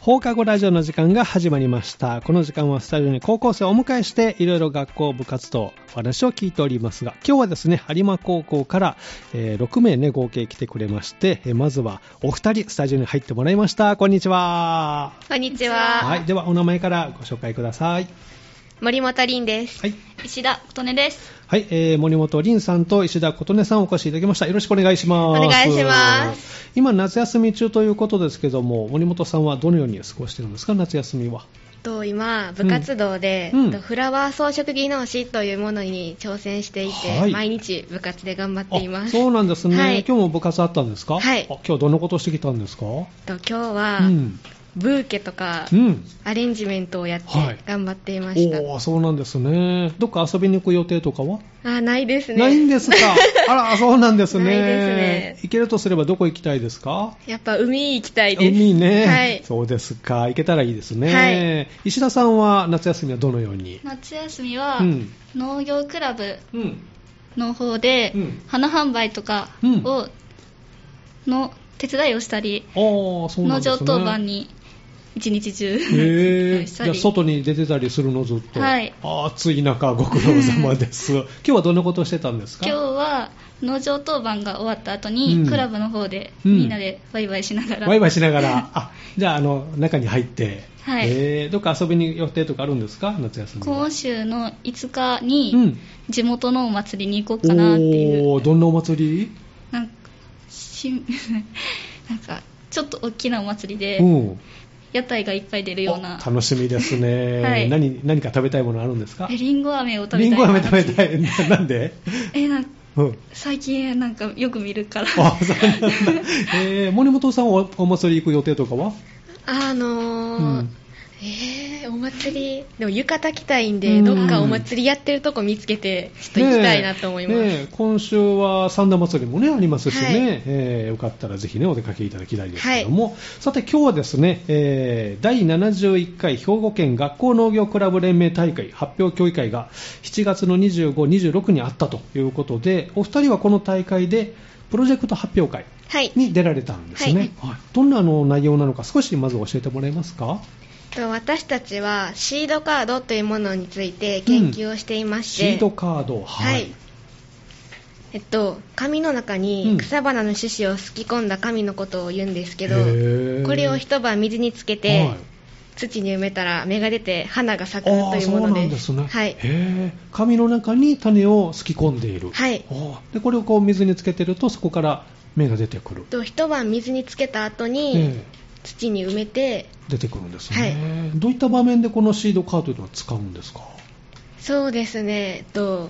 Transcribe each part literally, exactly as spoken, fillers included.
放課後ラジオの時間が始まりました。この時間はスタジオに高校生をお迎えしていろいろ学校部活動お話を聞いておりますが、今日はですね有馬高校から、えー、ろくめいね合計来てくれまして、えー、まずはお二人スタジオに入ってもらいました。こんにちは。 こんにちは。 はい、ではお名前からご紹介ください。 森本凛です。 はい、石田琴音です。 はい、えー、森本凛さんと石田琴音さんお越しいただきました。よろしくお願いします。 お願いします。 今夏休み中ということですけども、森本さんはどのように過ごしているんですか、夏休みは。 と今部活動で、うん、フラワー装飾技能士というものに挑戦していて、はい、毎日部活で頑張っています。 そうなんですね、はい、今日も部活あったんですか。 はい、 あ、今日どんなことをしてきたんですか。 と今日は、うん、ブーケとか、うん、アレンジメントをやって頑張っていました。 はい、おー、そうなんですね。どっか遊びに行く予定とかは。 あ、ないですね。 ないんですか。あら、そうなんですね。 ないですね。 行けるとすればどこ行きたいですか。 やっぱ海行きたいです。 海ね、 はい、 そうですか。行けたらいいですね、 はい、 石田さんは夏休みはどのように。 夏休みは、うん、農業クラブの方で、うん、花販売とかを、うん、の手伝いをしたり、 農場当番に一日中へじゃあ外に出てたりするのずっと。 はい、 あ、暑い中ご苦労様です今日はどんなことをしてたんですか。 今日は農場当番が終わった後に、うん、クラブの方でみんなでワイワイしながら、うん、 ワイワイしながらあ、じゃあ、あの中に入って、 はい、 えー、どっか遊びに予定とかあるんですか、夏休み。 今週のいつかに地元のお祭りに行こうかなっていう、 うん、おどんなお祭り。 なんかしなんかちょっと大きなお祭りで、 うん屋台がいっぱい出るような。 楽しみですね、はい、何, 何か食べたいものあるんですか。 えリンゴ飴を食べたい。 リンゴ飴食べたいなんでえなんか、うん、最近なんかよく見るからあ、そうなんだ、えー、森本さんはお祭り行く予定とかは。 あのーうんえー、お祭りでも浴衣着たいんで、どっかお祭りやってるとこ見つけてちょっと行きたいなと思います、ねね、今週は三田祭りも、ね、ありますしね、はい、えー、よかったらぜひ、ね、お出かけいただきたいですけども、はい、さて今日はですね、えー、だいななじゅういっかい兵庫県学校農業クラブ連盟大会発表協議会がしちがつのにじゅうご、にじゅうろくにあったということで、お二人はこの大会でプロジェクト発表会に出られたんですね、はいはい、どんなの内容なのか少しまず教えてもらえますか。 私たちはシードカードというものについて研究をしていまして、うん、 シードカード、はい、 はい、えっと、紙の中に草花の種子をすき込んだ紙のことを言うんですけど、うん、これを一晩水につけて、はい、土に埋めたら芽が出て花が咲くというものです。そうなんですね、はい、 へ紙の中に種をすき込んでいる、 はい、 でこれをこう水につけてるとそこから芽が出てくると、一晩水につけた後に土に埋めて出てくるんですね、はい、どういった場面でこのシードカードというのは使うんですか。 そうですね、えっと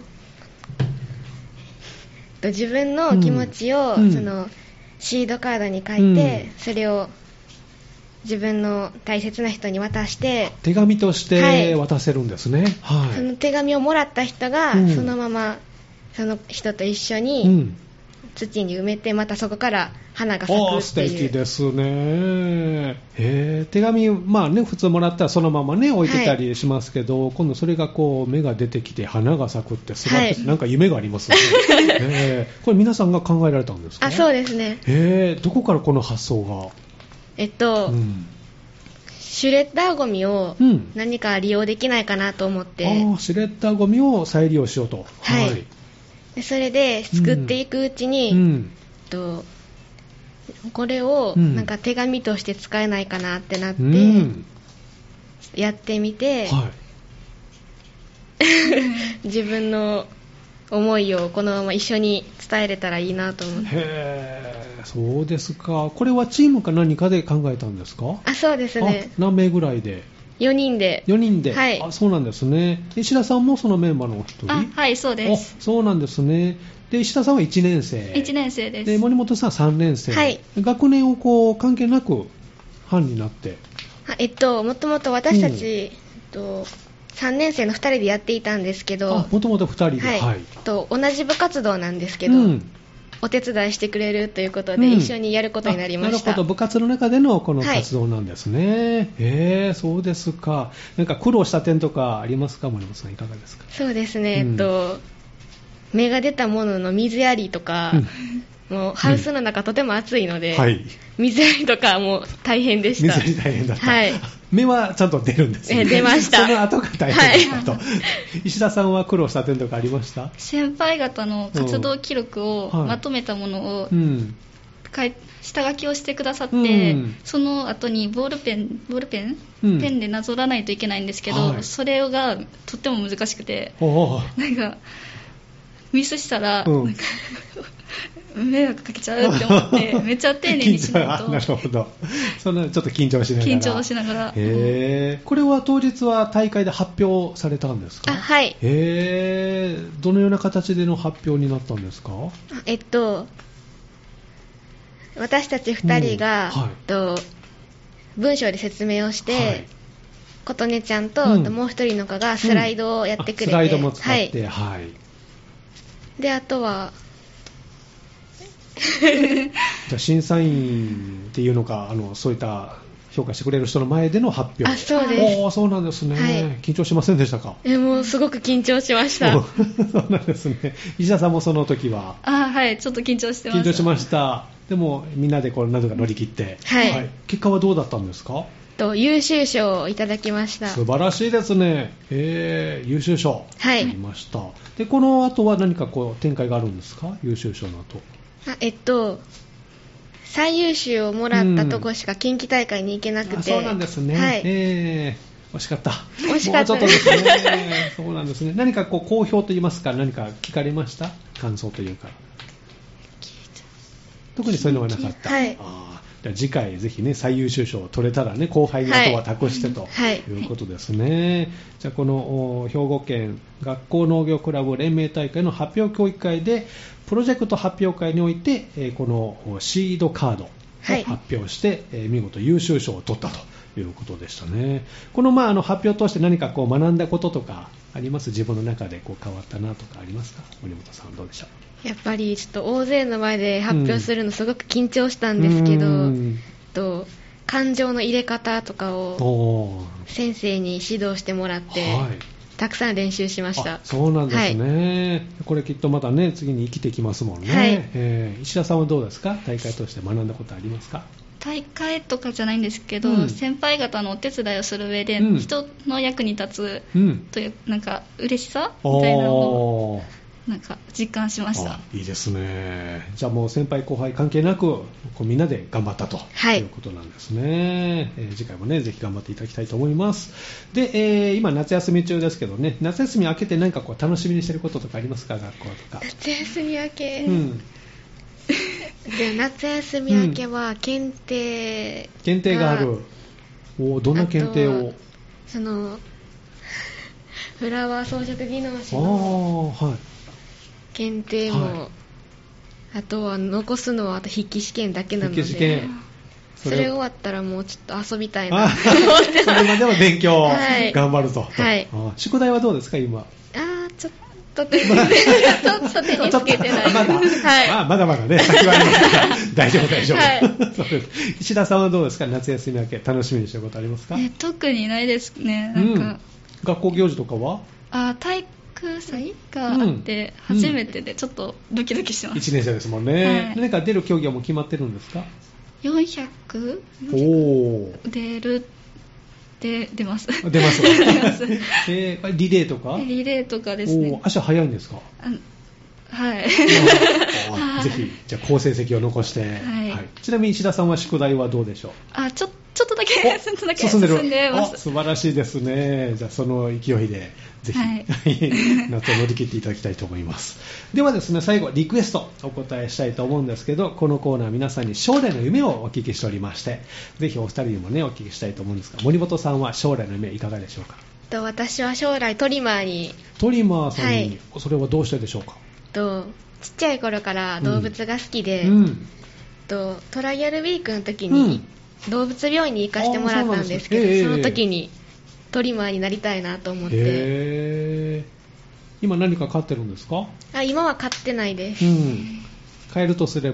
自分の気持ちを、うん、そのシードカードに書いて、うん、それを自分の大切な人に渡して手紙として渡せるんですね、はいはい、 その手紙をもらった人が、うん、そのままその人と一緒に土に埋めて、またそこから花が咲くっていう。 素敵ですね。へ手紙、まあね、普通もらったらそのままね置いてたりしますけど、はい、今度それがこう芽が出てきて花が咲くってすごい、はい、なんか夢がありますねへこれ皆さんが考えられたんですか。 あ、そうですね。 へどこからこの発想が。 えっと、うん、シュレッダーゴミを何か利用できないかなと思って、 うん、あシュレッダーゴミを再利用しようと、 はい、はい、でそれで作っていくうちに、うん、とこれをなんか手紙として使えないかなってなって、うん、やってみて、はい、自分の思いをこのまま一緒に伝えれたらいいなと思って。 へー、そうですか。これはチームか何かで考えたんですか。 あ、そうですね。 何名ぐらいで。 よにんで。 よにんで、 はい、 あ、そうなんですね。石田さんもそのメンバーのお一人。 あ、はい、そうです。 そうなんですね。で石田さんはいちねん生。 いちねん生です。 で森本さんはさんねん生、 はい、 学年をこう関係なく班になって。 えっともともと私たち、うん、えっとさんねん生のふたりでやっていたんですけど、 もともとふたりで、 はいはい、と同じ部活動なんですけど、うん、お手伝いしてくれるということで、うん、一緒にやることになりました。 なるほど、部活の中でのこの活動なんですね、はい、えー、そうですか。なんか苦労した点とかありますか。森本さんいかがですか。 そうですね、うん、えっと芽が出たものの水やりとか、うん、 もうハウスの中とても暑いので、 うんはい、 水やりとかもう大変でした。 水やり大変だった、 はい、 芽はちゃんと出るんですね。 え出ました。 その後が大変だったと、はい、石田さんは苦労した点とかありました？ 先輩方の活動記録をまとめたものを、うん、下書きをしてくださって、うん、その後にボールペンボールペン、うん、ペンでなぞらないといけないんですけど、はい、それがとっても難しくて、なんかミスしたら、うん、なんか迷惑かけちゃうって思ってめっちゃ丁寧にしないと。 なるほど。そんなちょっと緊張しながら。 緊張しながら。 へー。これは当日は大会で発表されたんですか？ あ、はい。 へー。どのような形での発表になったんですか？ えっと私たちふたりが、うんはい、と文章で説明をして、はい、琴音ちゃんと、うん、もう一人の子がスライドをやってくれて、うん、 スライドも使って、はいはい、 であとはじゃ審査員っていうのか、あのそういった評価してくれる人の前での発表。 あ、そうです。 おそうなんですね、はい、緊張しませんでしたか？ えもうすごく緊張しました。 そうなんですね。石田さんもその時は？ あ、はい、ちょっと緊張してました。 緊張しました。でもみんなでこう何とか乗り切って、 はいはい、 結果はどうだったんですか？ と優秀賞をいただきました。 素晴らしいですね。えー、優秀賞はいありました。でこの後は何かこう展開があるんですか？優秀賞の後。 あえっと最優秀をもらったとこしか近畿大会に行けなくて、うん、 そうなんですね、 はいえー、惜しかった。 惜しかったもうちょっとですね。そうなんですね。何かこう好評と言いますか、何か聞かれました？感想というか。特にそういうのはなかった。 はい、 あじゃあ次回ぜひね最優秀賞を取れたらね後輩にあとは託してと、 はい、 いうことですね。じゃあこの兵庫県学校農業クラブ連盟大会の発表教育会でプロジェクト発表会において、えー、このシードカードを発表して、はいえー、見事優秀賞を取ったということでしたね。この、まあ、あの発表を通して何かこう学んだこととかあります？自分の中でこう変わったなとかありますか？森本さんどうでしょう？ やっぱりちょっと大勢の前で発表するのすごく緊張したんですけど、うん、と感情の入れ方とかを先生に指導してもらって、はい、たくさん練習しました。 そうなんですね、はい、これきっとまたね次に生きてきますもんね、はいえー、石田さんはどうですか？大会として学んだことありますか？ 大会とかじゃないんですけど、うん、先輩方のお手伝いをする上で、うん、人の役に立つという、うん、なんか嬉しさみたいなのをなんか実感しました。 いいですね。じゃあもう先輩後輩関係なくこうみんなで頑張ったと、はい、いうことなんですね、えー、次回もねぜひ頑張っていただきたいと思います。で、えー、今夏休み中ですけどね、夏休み明けて何かこう楽しみにしてることとかありますか？学校とか。 夏休み明け、 うんで夏休み明けは検定が、 うん、検定がある。おどんな検定を？ そのフラワー装飾技能士の検定も、はい、あとは残すのはあと筆記試験だけなので、筆記試験それ終わったらもうちょっと遊びたいなと思ってそれまでは勉強頑張ると、 はい、 あ宿題はどうですか今？あちょっと手につけてないまだ、はいまあ、まだまだね先はありますから大丈夫大丈夫、はい、そうです。石田さんはどうですか？夏休み明け楽しみにしてることありますか？ え特にないですね。なんか、うん、 学校行事とかは？ あ体育祭があって初めてでちょっとドキドキしてます、うん、 いちねん生ですもんね、はい、何か出る競技はもう決まってるんですか？ よんひゃくお出るで出ます出ますえー、リレーとか？ リレーとかですね。 足早いんですか？ はいぜひじゃあ好成績を残して、はいはい、ちなみに石田さんは宿題はどうでしょう？ あちょちょっとだけ進んでる。 進んでます。 素晴らしいですね。じゃあその勢いでぜひ、はい、夏を乗り切っていただきたいと思います。ではですね最後リクエストお答えしたいと思うんですけど、このコーナー皆さんに将来の夢をお聞きしておりまして、ぜひお二人にもねお聞きしたいと思うんですが、森本さんは将来の夢いかがでしょうか？ と私は将来トリマーに。 トリマーさんに、はい、それはどうしてでしょうか？ とちっちゃい頃から動物が好きで、うん、とトライアルウィークの時に、うん、動物病院に行かせてもらったんですけど、 そ, です、えー、その時にトリマーになりたいなと思って、 えー、今何か飼ってるんですか？ あ今は飼ってないです、うん、飼えるとすれば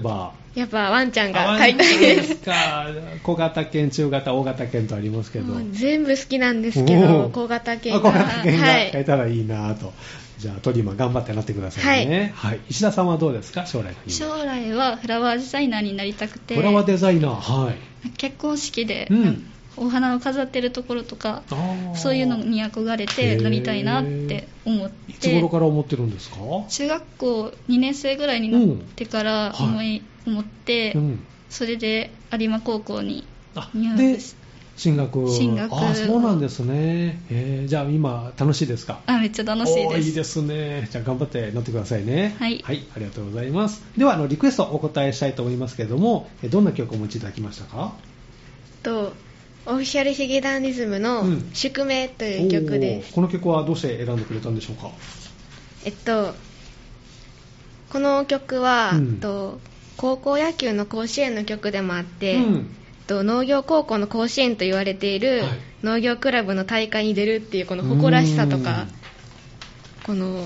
やっぱワンちゃんが飼いたいです。ですか。小型犬、中型、大型犬とありますけど。 全部好きなんですけど、小型犬が。 小型犬が飼えたらいいなと。はい、じゃあトリマ頑張ってなってくださいね。はい。はい、石田さんはどうですか、将来の夢。 将来はフラワーデザイナーになりたくて。 フラワーデザイナー、はい。 結婚式で、うん、お花を飾ってるところとか、そういうのに憧れてなりたいなって思って。いつ頃から思ってるんですか？ 中学校にねん生ぐらいになってから思い、うんはい、思って、うん、それで有馬高校に入学して。 進学。 進学。 あ、そうなんですね。えー、じゃあ今楽しいですか？ あ、めっちゃ楽しいです。 いいですね。じゃあ頑張って乗ってくださいね。 はい。 はい、ありがとうございます。ではあのリクエストお答えしたいと思いますけれども、どんな曲をお持ちいただきましたか？ とオフィシャルヒゲダンディズムの宿命という曲です、 うん、この曲はどうして選んでくれたんでしょうか？ えっとこの曲は、うん、と高校野球の甲子園の曲でもあって、うん、と農業高校の甲子園と言われている農業クラブの大会に出るっていうこの誇らしさとか、この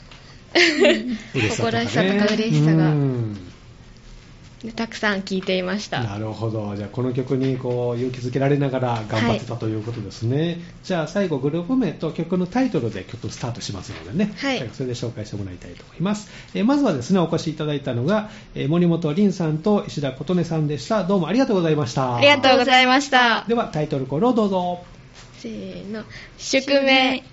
誇らしさとか嬉しさがたくさん聴いていました。 なるほど。じゃあこの曲にこう勇気づけられながら頑張ってたということですね、はい、じゃあ最後グループ名と曲のタイトルで曲スタートしますのでね、はい、それで紹介してもらいたいと思います。えー、まずはですねお越しいただいたのが、えー、森本凛さんと石田琴音さんでした。どうもありがとうございました。 ありがとうございました。 ではタイトルコールをどうぞ。 せーの、宿命。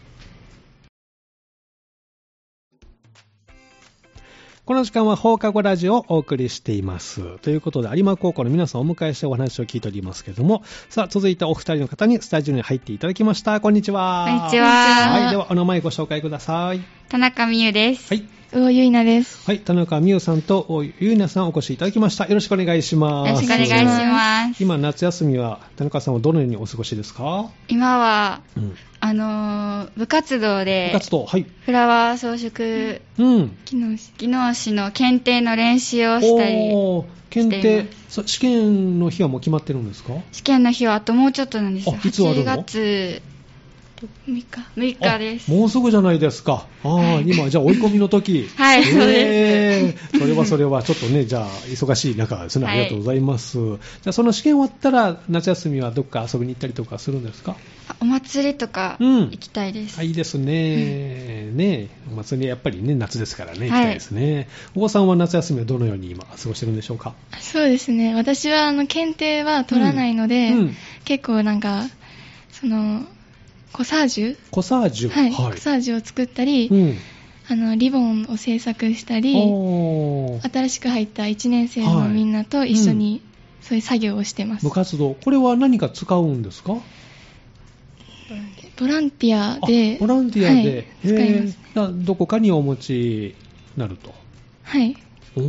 この時間は放課後ラジオをお送りしています。ということで有馬高校の皆さんをお迎えしてお話を聞いておりますけれども、さあ続いてお二人の方にスタジオに入っていただきました。こんにちは。 こんにちは。 はい、ではお名前ご紹介ください。 田中美優です。 はい。 魚ゆいなです。 はい、田中美優さんと魚ゆいなさんお越しいただきました。よろしくお願いします。 よろしくお願いします。 今夏休みは田中さんはどのようにお過ごしですか？ 今は、うん、あのー、部活動で部活動、はい、 フラワー装飾、うん、技能士技能士の検定の練習をしたりお検定試験の日はもう決まってるんですか？ 試験の日はあともうちょっとなんですよ。 いつあるの？ はちがつむいかむいかです。 もうすぐじゃないですか。あ、はい、今じゃあ追い込みの時はい、えー、そうです。 それはそれはちょっとね、じゃあ忙しい中ですね。ありがとうございます、はい、じゃあその試験終わったら夏休みはどっか遊びに行ったりとかするんですか？ お祭りとか行きたいです、 うん、いいですね、うん、ね、お祭りやっぱりね夏ですからね、行きたいですね、はい、お子さんは夏休みはどのように今過ごしてるんでしょうか？ そうですね、私はあの検定は取らないので、うんうん、結構なんかそのコサージュコサージュ、 はいはい、コサージュを作ったり、うん、あのリボンを制作したり、新しく入ったいちねん生のみんなと一緒にそういう作業をしてます、 はい、うん、部活動、これは何か使うんですか？ ボランティアで、 ボランティアで、はい、 使いますね、どこかにお持ちになると。 はい。 お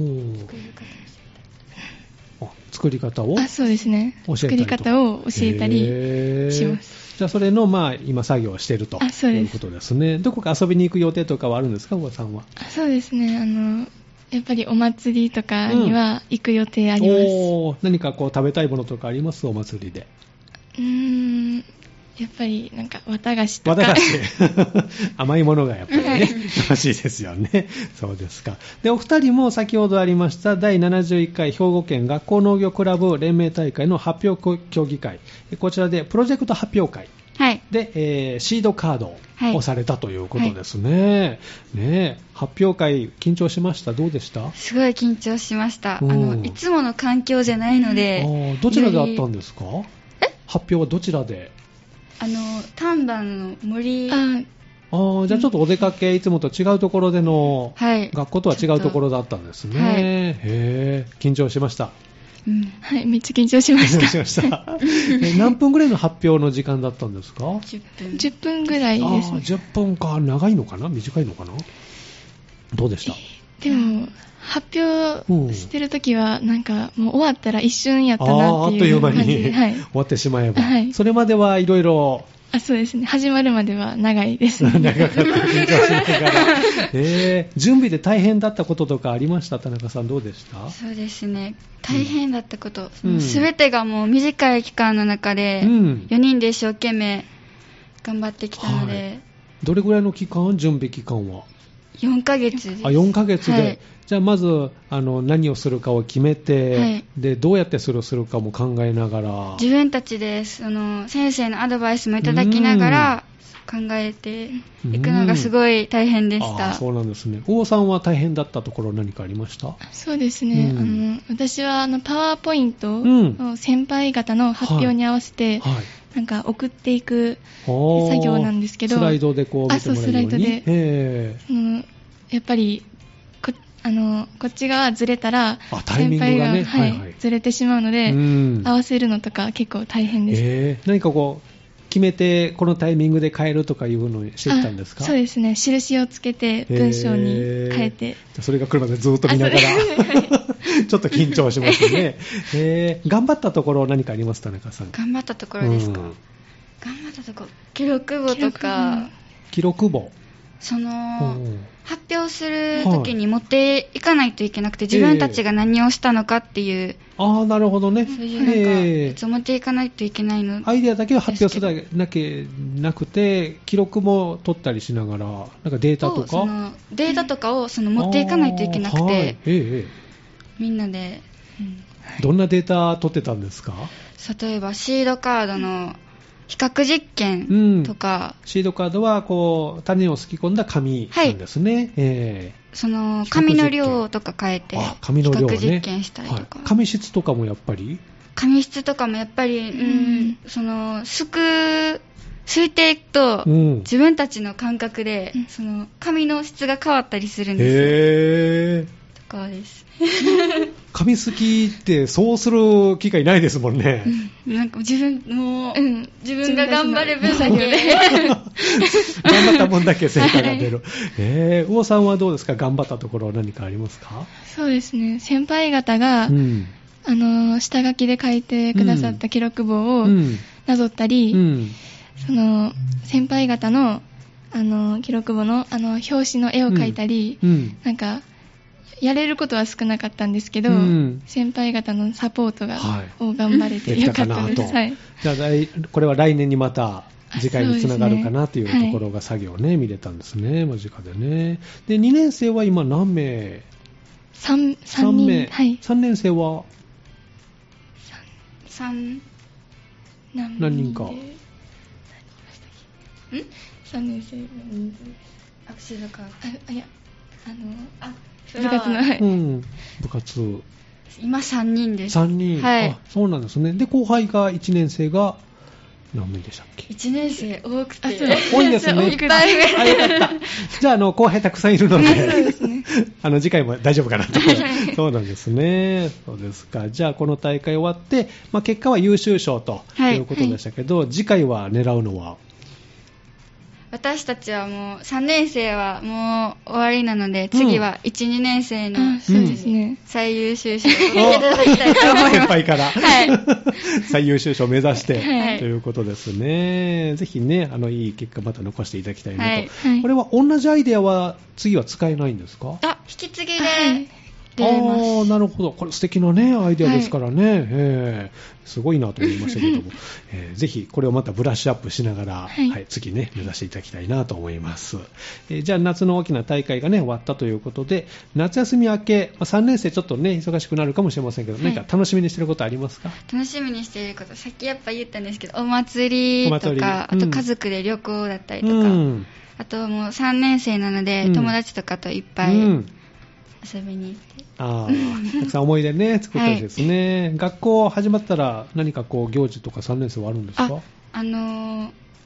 あ、作り方をあ、そうですね、作り方を教えたりします。 じゃあそれの、まあ、今作業をしているということですね。どこか遊びに行く予定とかはあるんですか、おばさんは？ あ、そうですね、あのやっぱりお祭りとかには行く予定あります、うん、 お何かこう食べたいものとかあります？お祭りで。 うーん、やっぱりなんか綿菓子とか綿菓子甘いものがやっぱりね楽しいですよね。そうですか。でお二人も先ほどありましただいななじゅういっかい兵庫県学校農業クラブ連盟大会の発表協議会、こちらでプロジェクト発表会で、はい、えー、シードカードをされたということですね、はい、ね、発表会緊張しました？どうでした？ すごい緊張しました、うん、あのいつもの環境じゃないので。 あ、どちらであったんですか？え発表はどちらで？ あの丹波の森。 ああ、じゃあちょっとお出かけ、いつもと違うところでの、はい、学校とは違うところだったんですね、はい、へー、緊張しました？ うん、はい、めっちゃ緊張しました。 緊張しましたえ何分ぐらいの発表の時間だったんですか？ じゅっぷん。じゅっぷんぐらいですね。 あ、じゅっぷんか。長いのかな短いのかな？どうでした？ でも発表してるときはなんかもう終わったら一瞬やったなっていう感じで、 あ, あっという間に、はい、終わってしまえば、はい、それまではいろいろ。 あ、そうですね、始まるまでは長いですね。 長かった、緊張しながら、えー、準備で大変だったこととかありました？田中さんどうでした？ そうですね、大変だったこと、うん、全てがもう短い期間の中で、うん、よにんで一生懸命頑張ってきたので、はい、 どれぐらいの期間、準備期間は？ よんかげつです。 あ、よんかげつで、はい、じゃあまずあの何をするかを決めて、はい、でどうやってそれをするかも考えながら、 自分たちでその先生のアドバイスもいただきながら考えていくのがすごい大変でした。 あ、そうなんですね。王さんは大変だったところ何かありました？ そうですね、うん、あの私はあのパワーポイントを先輩方の発表に合わせて、はいはい、なんか送っていく作業なんですけど、 スライドでこう見てもらえるように。 あ、そう、スライドで、そのやっぱり こ, あのこっち側ずれたら先輩が、ね、はいはいはい、ずれてしまうので、うん、合わせるのとか結構大変です。 えー、何かこう決めてこのタイミングで変えるとかいうのをしてきたんですか？ そうですね、印をつけて文章に変えて、えー、それが来るまでずっと見ながらちょっと緊張しますね。えー、頑張ったところ何かあります？田中さん。 頑張ったところですか？うん、頑張ったところ、記録簿とか。 記録簿、 その発表するときに持っていかないといけなくて、自分たちが何をしたのかっていう、えー、 ああ、なるほどね。 そういうなんか、えー、やつを持っていかないといけないの。 アイデアだけを発表するだけなけなくて、記録も取ったりしながら、なんかデータとかそのデータとかをその持っていかないといけなくて、はい、えー、みんなで、 うん、どんなデータ取ってたんですか？ 例えばシードカードの比較実験とか、 うん、シードカードはこう種をすき込んだ紙なんですね、はい、えー、その紙の量とか変えて比較実験したりとか、 はい、紙質とかもやっぱり紙質とかもやっぱり、うん、そのすくすいていくと、うん、自分たちの感覚で、うん、その紙の質が変わったりするんですよ。へー、とかです紙すきってそうする機会ないですもんね、 うん、なんか自分も、うん、自分が頑張る分だけ頑張った分だけ成果が出る、はい、えー、魚さんはどうですか？頑張ったところは何かありますか？ そうですね、先輩方が、うん、あの下書きで書いてくださった記録簿をなぞったり、うんうん、その先輩方のあの記録簿のあの表紙の絵を描いたり、うんうん、なんかやれることは少なかったんですけど、うん、先輩方のサポートが、はい、を頑張れてよかったです。はい、 じゃあこれは来年にまた次回につながるかなというところが作業ね、はい、見れたんですね、間近でね。でにねん生は今何名？ 3, 3人、はい、 さんねん生は 3, 何, 何人か？ん ? さんねん生の人数です。 アクシズカーあ、いや、あのあ部活の、 はい、うん、部活今さんにんです。 さんにん、はい、あ、そうなんですね。で後輩がいちねん生が何名でしたっけ？ いちねん生多くて、 多いですね。いっぱい。あ、よかった。じゃあ、あの後輩たくさんいるので、そうですね、あの次回も大丈夫かなと。そうなんですね。そうですか。じゃあこの大会終わって、まあ、結果は優秀賞ということでしたけど、はいはい、次回は狙うのは？ 私たちはもうさんねん生はもう終わりなので、次はいち、うん、にねん生の最優秀賞を取っていただきたいと思います。 先輩から、はい、最優秀賞を目指して、はい、ということですね。ぜひね、あのいい結果また残していただきたいなと、はい、これは同じアイデアは次は使えないんですか？ あ、引き継ぎで、 はいああ、なるほど。これ素敵なね、アイデアですからね。はい、えー、すごいなと思いましたけども、えー、ぜひこれをまたブラッシュアップしながら、はいはい、次ね、目指していただきたいなと思います。えー、じゃあ夏の大きな大会がね、終わったということで、夏休み明け、まあ、さんねん生ちょっとね、忙しくなるかもしれませんけど、はい、何か楽しみにしていることありますか？ 楽しみにしていること、さっきやっぱ言ったんですけど、お祭りとか、うん、あと家族で旅行だったりとか、うん、あともうさんねん生なので、うん、友達とかといっぱい、うん遊びに行って、あたくさん思い出ね作ったりですね、はい、学校始まったら何かこう行事とかさんねん生はあるんですか？ あ、あのー、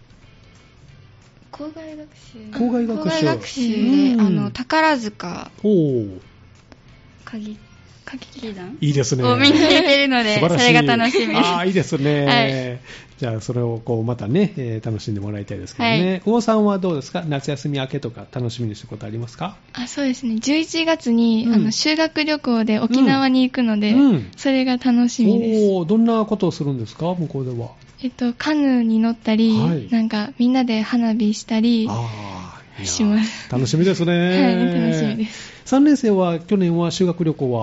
校外学習校外学習校外学習で、うん、あの宝塚お鍵鍵団いいですねを見に行けるのでそれが楽しみです。 ああいいですね、はい、じゃあそれをこうまたね、えー、楽しんでもらいたいですけどね。魚、はい、さんはどうですか？夏休み明けとか楽しみにしてることありますか？ あ、そうですね、じゅういちがつに、うん、あの修学旅行で沖縄に行くので、うん、それが楽しみです。 お、どんなことをするんですか？向こうでは。 えっと、カヌーに乗ったり、はい、なんかみんなで花火したりします。 楽しみですね。 はい、楽しみです。 さんねん生は去年は修学旅行はあ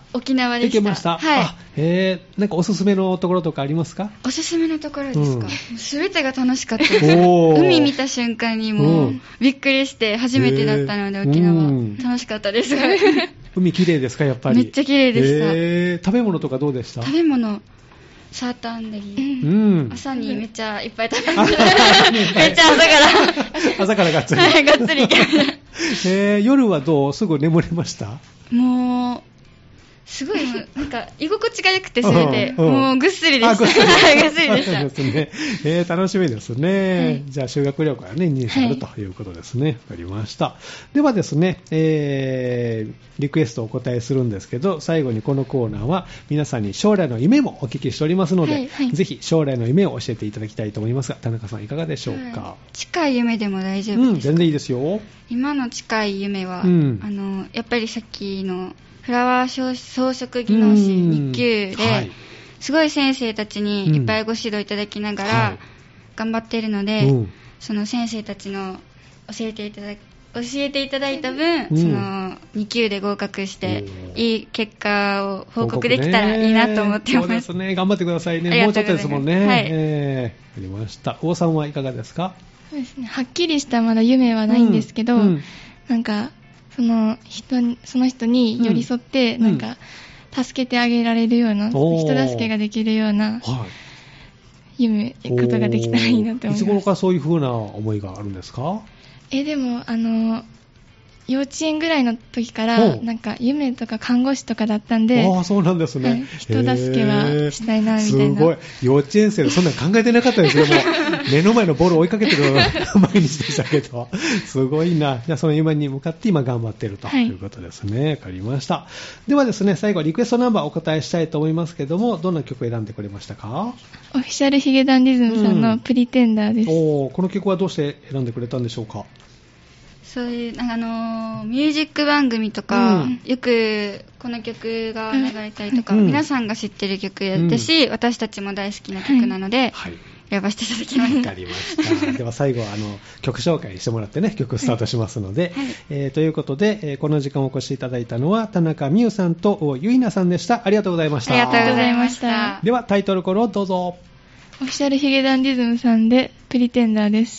沖縄でした。 行けました。 はい。 あ、えー、なんかおすすめのところとかありますか？ おすすめのところですか？すべ、うん、てが楽しかったです。海見た瞬間にもうびっくりして初めてだったので、えー、沖縄、うん、楽しかったです。 海綺麗ですか？やっぱり。 めっちゃ綺麗でした。 えー、食べ物とかどうでした？ 食べ物。サーターアンダギー、うん、朝にめっちゃいっぱい食べました。めっちゃ朝から朝からがっつり、 はい、がっつりえー、夜はどう？すぐ眠れました？ もうすごいなんか居心地が良くてすべて、うんうん、もうぐっすりでした。ぐっすりでしたですね、えー、楽しみですね、はい、じゃあ修学旅行はねににちあるということですね。わ、はい、かりました。ではですね、えー、リクエストをお答えするんですけど、最後にこのコーナーは皆さんに将来の夢もお聞きしておりますので、はいはい、ぜひ将来の夢を教えていただきたいと思いますが、田中さんいかがでしょうか？はい、 近い夢でも大丈夫ですか？うん、 全然いいですよ。 今の近い夢は、うん、あのやっぱりさっきのフラワー装飾技能士にきゅうで、はい、すごい先生たちにいっぱいご指導いただきながら頑張っているので、うん、その先生たちの教えていただ教えていただいた分、うん、そのにきゅうで合格していい結果を報告できたらいいなと思ってます。 そうですね、頑張ってくださいね。もうちょっとですもんね。はい、えー、ありました。王さんはいかがですか？ そうですね、はっきりしたまだ夢はないんですけど、うんうん、なんかその人に、その人に寄り添って、うん、なんか助けてあげられるような、人助けができるような夢、はい、ことができたらいいなと思います。 いつ頃からそういう風な思いがあるんですか？ えでもあの幼稚園ぐらいの時からなんか夢とか看護師とかだったんで、 ああそうなんですね、はい、 人助けはしたいなみたいな。 すごい、幼稚園生でそんな考えてなかったですよ。もう目の前のボールを追いかけてる毎日でしたけど、すごいな。じゃあその夢に向かって今頑張っているということですね。わ、はい、かりました。ではですね、最後リクエストナンバーお答えしたいと思いますけども、どんな曲を選んでくれましたか？ オフィシャルヒゲダンディズムさんのプリテンダーです。うん、 おこの曲はどうして選んでくれたんでしょうか？ そういうあのミュージック番組とか、うん、よくこの曲が流れたりとか、うん、皆さんが知ってる曲やったし、うん、私たちも大好きな曲なので、はい、選ばせていただきました。 わかりました。では最後はあの曲紹介してもらってね、曲スタートしますので、はいはい、えー、ということで、えー、この時間お越しいただいたのは田中美優さんとゆいなさんでした。ありがとうございました。 ありがとうございました。 ではタイトルコールをどうぞ。 オフィシャルヒゲダンディズムさんでプリテンダーです。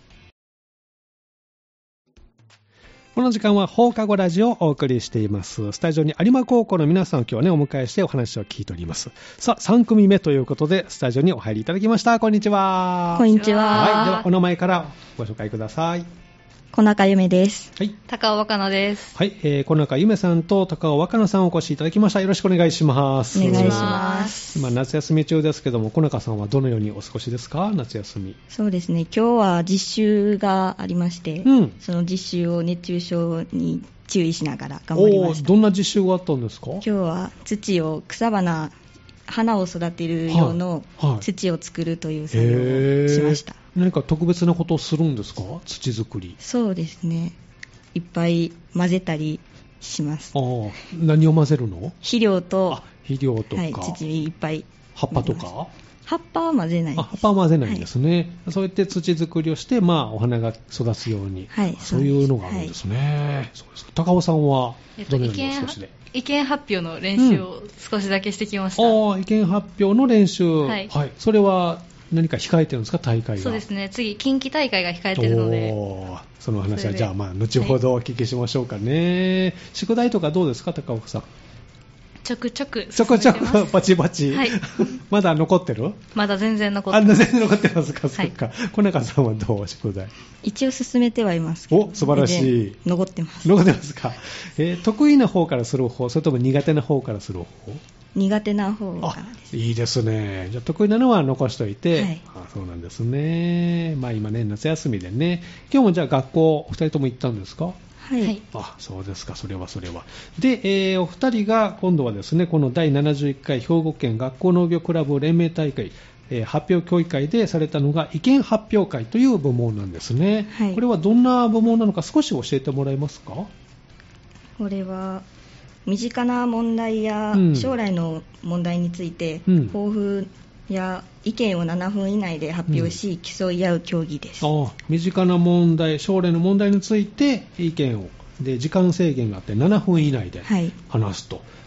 この時間は放課後ラジオをお送りしています。スタジオに有馬高校の皆さんを今日はねお迎えしてお話を聞いております。さあさん組目ということでスタジオにお入りいただきました。こんにちは。 こんにちは。 はい、ではお名前からご紹介ください。 小中ゆめです。 はい。高尾若菜です。 はい、えー、小中ゆめさんと高尾若菜さんをお越しいただきました。よろしくお願いします。 お願いします。 今夏休み中ですけども、小中さんはどのようにお過ごしですか？夏休み。 そうですね。今日は実習がありまして、うん、その実習を熱中症に注意しながら頑張りました。 どんな実習があったんですか？ 今日は土を草花花を育てる用の土を作るという作業をしました。はいはい、 何か特別なことをするんですか？土作り。 そうですね。いっぱい混ぜたりします。 ああ、何を混ぜるの？ 肥料と、 あ、肥料とか、はい、 土いっぱい。 葉っぱとか？ 葉っぱは混ぜないです。 あ、葉っぱは混ぜないんですね。はい、そうやって土作りをして、まあ、お花が育つように、はい、そういうのがあるんですね。はい、そうですか。高尾さんはどのようにお過ごしで？ 意見発表の練習を少しだけしてきました。うん、 ああ、意見発表の練習。はい。はい、それは何か控えてるんですか？大会が。 そうですね。次近畿大会が控えてるので。 おその話はじゃあまあ後ほどお聞きしましょうかね。はい、宿題とかどうですか、高岡さん？ ちょくちょくちょくちょくバチバチ、はい、まだ残ってる？ まだ全然残ってます。 あ、全然残ってますか？そっか。小中さんはどう？宿題一応進めてはいますけど。 お、素晴らしい。 残ってます。 残ってますか？えー、得意な方からする方、それとも苦手な方からする方？ 苦手な方からです。 いいですね。じゃあ得意なのは残しておいて、はい、あ、そうなんですね。まあ今ね、夏休みでね、今日もじゃあ学校お二人とも行ったんですか？ はい。 あ、そうですか。それはそれは。で、えー、お二人が今度はですね、このだいななじゅういっかい兵庫県学校農業クラブ連盟大会、えー、発表協議会でされたのが意見発表会という部門なんですね。はい。これはどんな部門なのか少し教えてもらえますか？ これは身近な問題や将来の問題について、うん、抱負や意見をななふん以内で発表し、うん、競い合う競技です。 ああ、身近な問題、将来の問題について意見をで時間制限があってななふん以内で話すと、はい、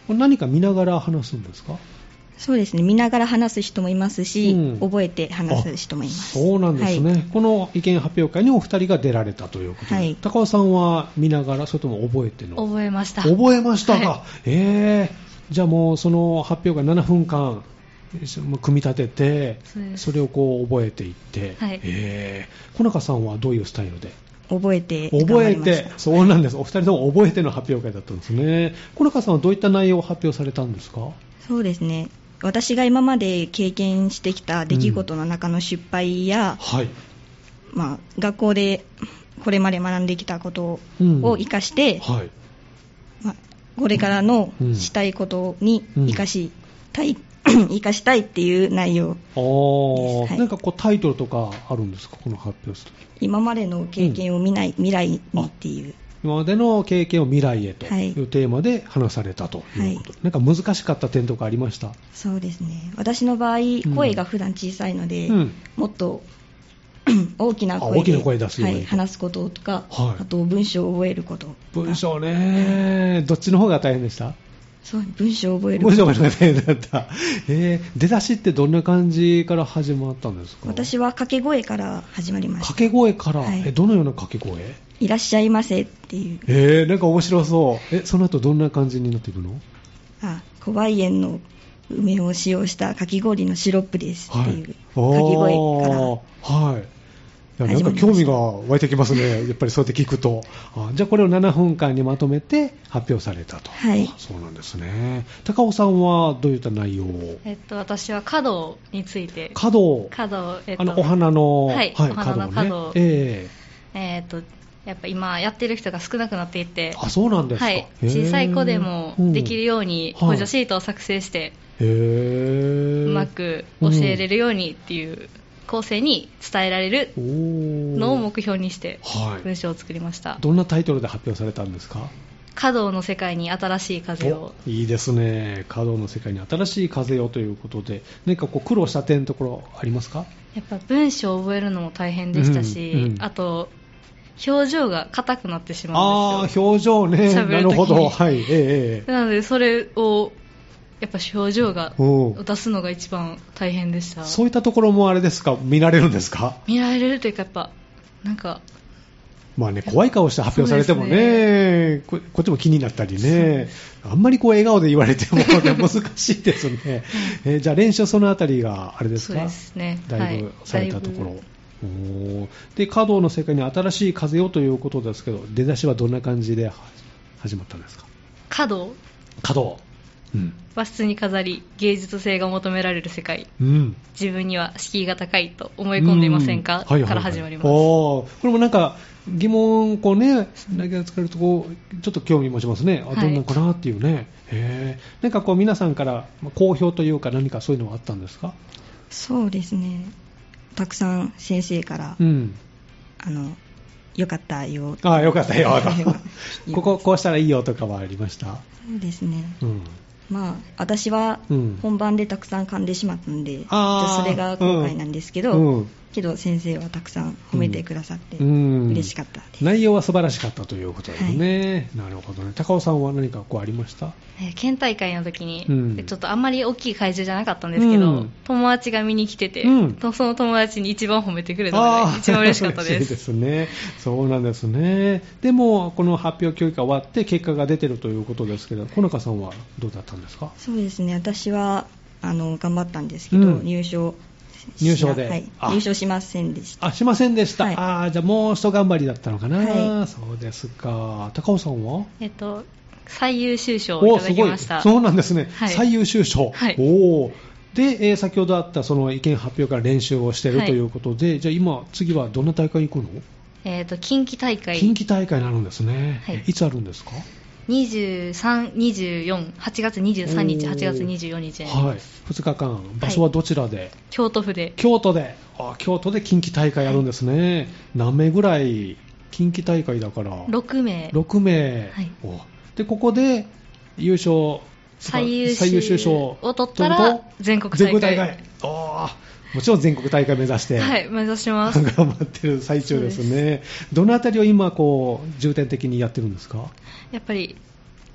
何か見ながら話すんですか？ そうですね、見ながら話す人もいますし、うん、覚えて話す人もいます。 そうなんですね、はい、この意見発表会にお二人が出られたということで、はい、高尾さんは見ながら、それとも覚えての？ 覚えました。 覚えましたか、はい、えー、じゃあもうその発表会ななふんかん組み立てて、それをこう覚えていって、はい、えー、小中さんはどういうスタイルで？ 覚えて覚えて、そうなんです、お二人とも覚えての発表会だったんですね。小中さんはどういった内容を発表されたんですか？ そうですね、私が今まで経験してきた出来事の中の失敗や、うん、はい、まあ、学校でこれまで学んできたことを生かして、うん、はい、まあ、これからのしたいことに生かしたい、うん、生かしたいっていう内容です。 はい、なんかこうタイトルとかあるんですか、この発表する？ 今までの経験を見ない、うん、未来にっていう。 今までの経験を未来へというテーマで話されたということ、はい、なんか難しかった点とかありました？ そうですね、私の場合、声が普段小さいので、うん、もっと大きな声で、大きな声出すように、はい、話すこととか、はい、あと文章を覚えること。 文章ね、どっちの方が大変でした？ そう、文章を覚える文章が大変だった、えー、出だしってどんな感じから始まったんですか？ 私は掛け声から始まりました。 掛け声から、はい、えどのような掛け声？ いらっしゃいませっていう。 えー、なんか面白そう。え、その後どんな感じになっていくの？ あ、小梅園の梅を使用したかき氷のシロップですっていう掛け声から、 はい、いやなんか興味が湧いてきますね、やっぱりそうやって聞くと。あ、じゃあこれをななふんかんにまとめて発表されたと。 はい、 そうなんですね。高尾さんはどういった内容を？ えっと、私は華道について。 華道、 華道、 えっと、あのお花の、 はい、はい、お花の華道、ね、 えー、えー、っとやっぱ今やってる人が少なくなっていて、 あ、そうなんですか、はい、 小さい子でもできるように補助シートを作成して、うん、へうまく教えれるようにっていう後世に伝えられるのを目標にして文章を作りました。はい、 どんなタイトルで発表されたんですか？ 華道の世界に新しい風を。 いいですね、華道の世界に新しい風をということで、何かこう苦労した点のところありますか？ やっぱ文章を覚えるのも大変でしたし、うんうん、あと表情が硬くなってしまうんですよ。 ああ、表情ね。なるほど。はい。ええ。なので、それを、やっぱ表情が出すのが一番大変でした。 そういったところもあれですか、見られるんですか？ 見られるというか、やっぱ、なんか。 まあね、怖い顔して発表されても ね, ね こ, こっちも気になったりね、あんまりこう笑顔で言われても難しいですね。えー、じゃあ練習そのあたりがあれですか？ そうですね。 だいぶされたところ。はい、おで華道の世界に新しい風をということですけど、出だしはどんな感じで始まったんですか？ 華道華道、うん、 和室に飾り芸術性が求められる世界、うん、自分には敷居が高いと思い込んでいませんか、うん、はいはいはい、から始まります。 おこれもなんか疑問こうね投げつかれるとこうちょっと興味持ちますね。あ、どんなのかなっていうね、はい、へなんかこう皆さんから好評というか何かそういうのはあったんですか？ そうですね、たくさん先生から、うん、あのよかったよ、 ああよかったよこここうしたらいいよとかはありました？ そうですね、うん、まあ私は本番でたくさん噛んでしまったんで、うん、それが後悔なんですけど、うん、けど先生はたくさん褒めてくださって嬉しかったです、 うん、内容は素晴らしかったということですね、はい、なるほどね。高尾さんは何かこうありました？ えー、県大会の時に、うん、ちょっとあんまり大きい会場じゃなかったんですけど、うん、友達が見に来てて、うん、その友達に一番褒めてくれたので一番嬉しかったです。 嬉しいですね。そうなんですね。でもこの発表教育が終わって結果が出てるということですけど、小中さんはどうだったんですか？ そうですね、私はあの頑張ったんですけど、うん、入賞入賞で、 はい、入賞しませんでした。 あ、しませんでした、はい、あ、じゃあもう一頑張りだったのかな、はい、そうですか。高尾さんは、 えっと、最優秀賞をいただきました。 そうなんですね、はい、最優秀賞、はい、おで、えー、先ほどあったその意見発表から練習をしているということで、はい、じゃあ今次はどんな大会に行くの？ えー、と近畿大会近畿大会になるんですね、はい、いつあるんですか？ にじゅうさん、にじゅうよん、はちがつにじゅうさんにち、はちがつにじゅうよっかに、 はい、ふつかかん、場所はどちらで？はい、 京都府で。 京都で、あ、京都で近畿大会やるんですね、はい、何名ぐらい？近畿大会だからろくめい。 ろくめい、はい、おでここで優勝最優秀賞を取ったら全国大会。全国大会、 あ、もちろん全国大会目指して、 はい、目指します。 頑張ってる最中ですね。どのあたりを今こう重点的にやってるんですか？ やっぱり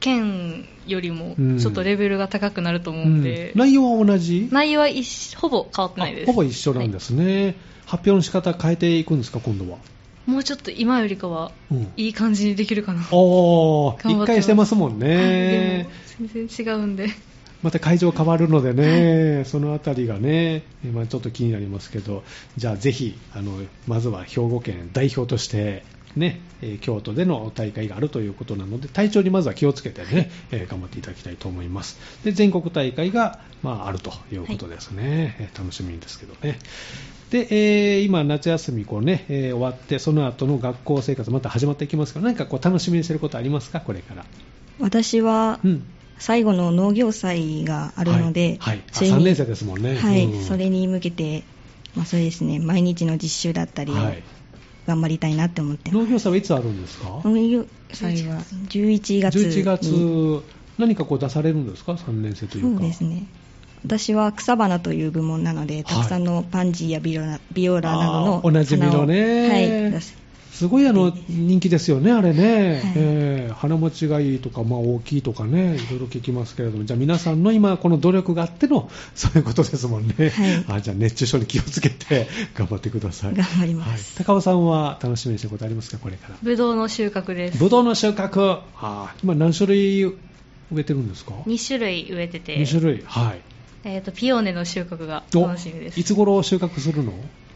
県よりもちょっとレベルが高くなると思うんで、 うん、内容は同じ？ 内容は一ほぼ変わってないです。 ほぼ一緒なんですね、はい、発表の仕方変えていくんですか今度は？ もうちょっと今よりかはいい感じにできるかな、うん、 おー、一回してますもんね、はい、 でも全然違うんでまた会場変わるのでね、はい、そのあたりがね、まあ、ちょっと気になりますけど、じゃあぜひあのまずは兵庫県代表としてね、えー、京都での大会があるということなので体調にまずは気をつけてね、はい、えー、頑張っていただきたいと思います。で全国大会が、まあ、あるということですね、はい、えー、楽しみですけどね。で、えー、今夏休みこう、ね、えー、終わってその後の学校生活また始まっていきますけど、何かこう楽しみにしてることありますかこれから？ 私は、うん、最後の農業祭があるので、 はいはい、さんねん生ですもんね、 はい、 うん、 それに向けて、まあ、そうですね、毎日の実習だったり、はい、頑張りたいなって思ってます。 農業祭はいつあるんですか？ 農業祭はじゅういちがつに。 じゅういちがつ何かこう出されるんですかさんねん生というか？ そうですね、私は草花という部門なので、たくさんのパンジーやビオラ、ビオラなどのおなじみのね、 はい、出す。 すごいあの人気ですよね、あれね、はい、えー、花持ちがいいとか、まあ、大きいとかね、いろいろ聞きますけれども、じゃあ皆さんの今この努力があってのそういうことですもんね、はい、あ、じゃあ熱中症に気をつけて頑張ってください。 頑張ります、 はい、高尾さんは楽しみにしてることありますかこれから？ ぶどうの収穫です。 ぶどうの収穫、あ、今何種類植えてるんですか？ に種類植えてて、 に種類、はい、 えーと、ピオーネの収穫が楽しみです。 いつ頃収穫するの？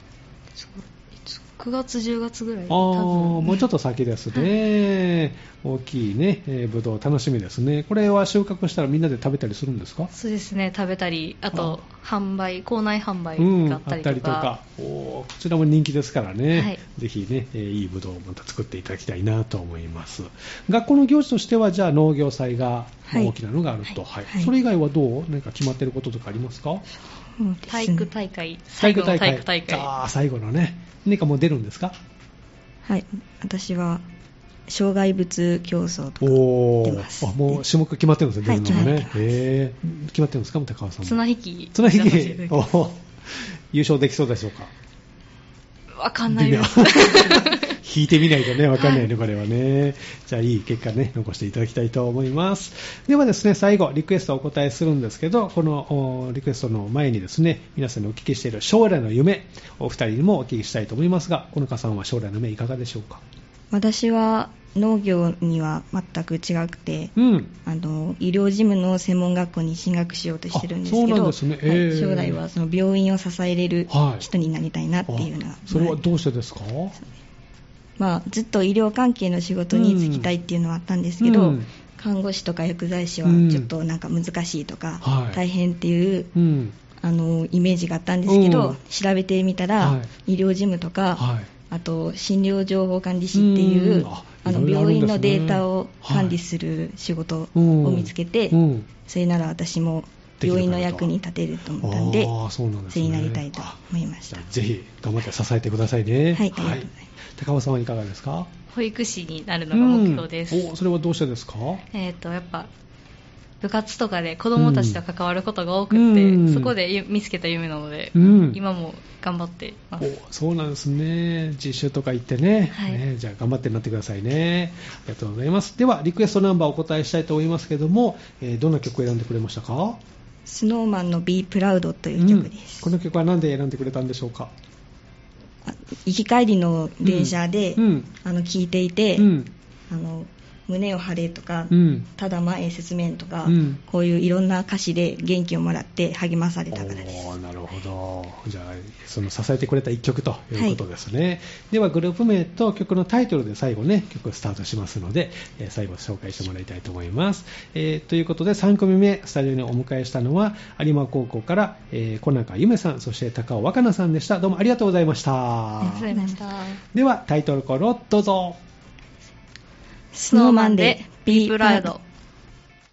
くがつじゅうがつぐらい。 あ、もうちょっと先ですね、はい、大きいね、えー、ぶどう楽しみですね。これは収穫したらみんなで食べたりするんですか？ そうですね、食べたり、あと販売、校内販売があったりとか、うん、あったりとか、 おこちらも人気ですからね、はい、ぜひね、えー、いいぶどうをまた作っていただきたいなと思います。学校の行事としてはじゃあ農業祭が大きなのがあると、はいはいはい、それ以外はどう何か決まっていることとかありますか？ 体育大会、最後の体育大会。 あ、最後のね、何かもう出るんですか？ はい、私は障害物競争とか出ます。 お、あ、もう種目決まってるんですね、 はい、 出るのがね、えー、決まってるんですか高尾さんも？ 綱引き、 綱引き、お、優勝できそうでしょうか？ わかんないです引いてみないとね、わかんないよね、はい、これはね。じゃあいい結果ね、残していただきたいと思います。ではですね、最後リクエストをお答えするんですけど、このリクエストの前にですね、皆さんにお聞きしている将来の夢、お二人にもお聞きしたいと思いますが、この方さんは将来の夢いかがでしょうか？ 私は農業には全く違くて、うん、あの医療事務の専門学校に進学しようとしてるんですけど、そうなんですね、えーはい、将来はその病院を支えれる人になりたいなっていうのは、はい、 それはどうしてですか？ まあ、ずっと医療関係の仕事に就きたいっていうのはあったんですけど、うん、看護師とか薬剤師はちょっとなんか難しいとか、うん、大変っていう、はい、あのイメージがあったんですけど、うん、調べてみたら、はい、医療事務とか、はい、あと診療情報管理士っていう、うん、ああの病院のデータを管理する仕事を見つけて、はい、それなら私も病院の役に立てると思ったんで、それになりたいと思いました。 ぜひ頑張って支えてくださいね。 はい、ありがとうございます。 高尾さんはいかがですか？ 保育士になるのが目標です。 うん、お、それはどうしてですか？ えーと、やっぱ部活とかで子どもたちと関わることが多くて、うん、そこで見つけた夢なので、うん、今も頑張ってます。 お、そうなんですね。実習とか行ってね、はい、ね、じゃあ頑張ってなってくださいね。ありがとうございます。ではリクエストナンバーをお答えしたいと思いますけども、えー、どんな曲を選んでくれましたか？ スノーマンの Be Proud という曲です、 うん、この曲は何で選んでくれたんでしょうか？ 行き帰りの電車で、うん、あの聞いていて、うん、あの胸を張れとか、うん、ただ前へ進めんとか、うん、こういういろんな歌詞で元気をもらって励まされたからです。 お、なるほど。じゃあその支えてくれた一曲ということですね、はい、ではグループ名と曲のタイトルで最後ね曲スタートしますので、えー、最後紹介してもらいたいと思います、えー、ということでさん組目スタジオにお迎えしたのは有馬高校から、えー、小中ゆめさん、そして高尾若菜さんでした。どうもありがとうございました。 ありがとうございました。 ではタイトルコールをどうぞ。 スノーマンで Be Proud。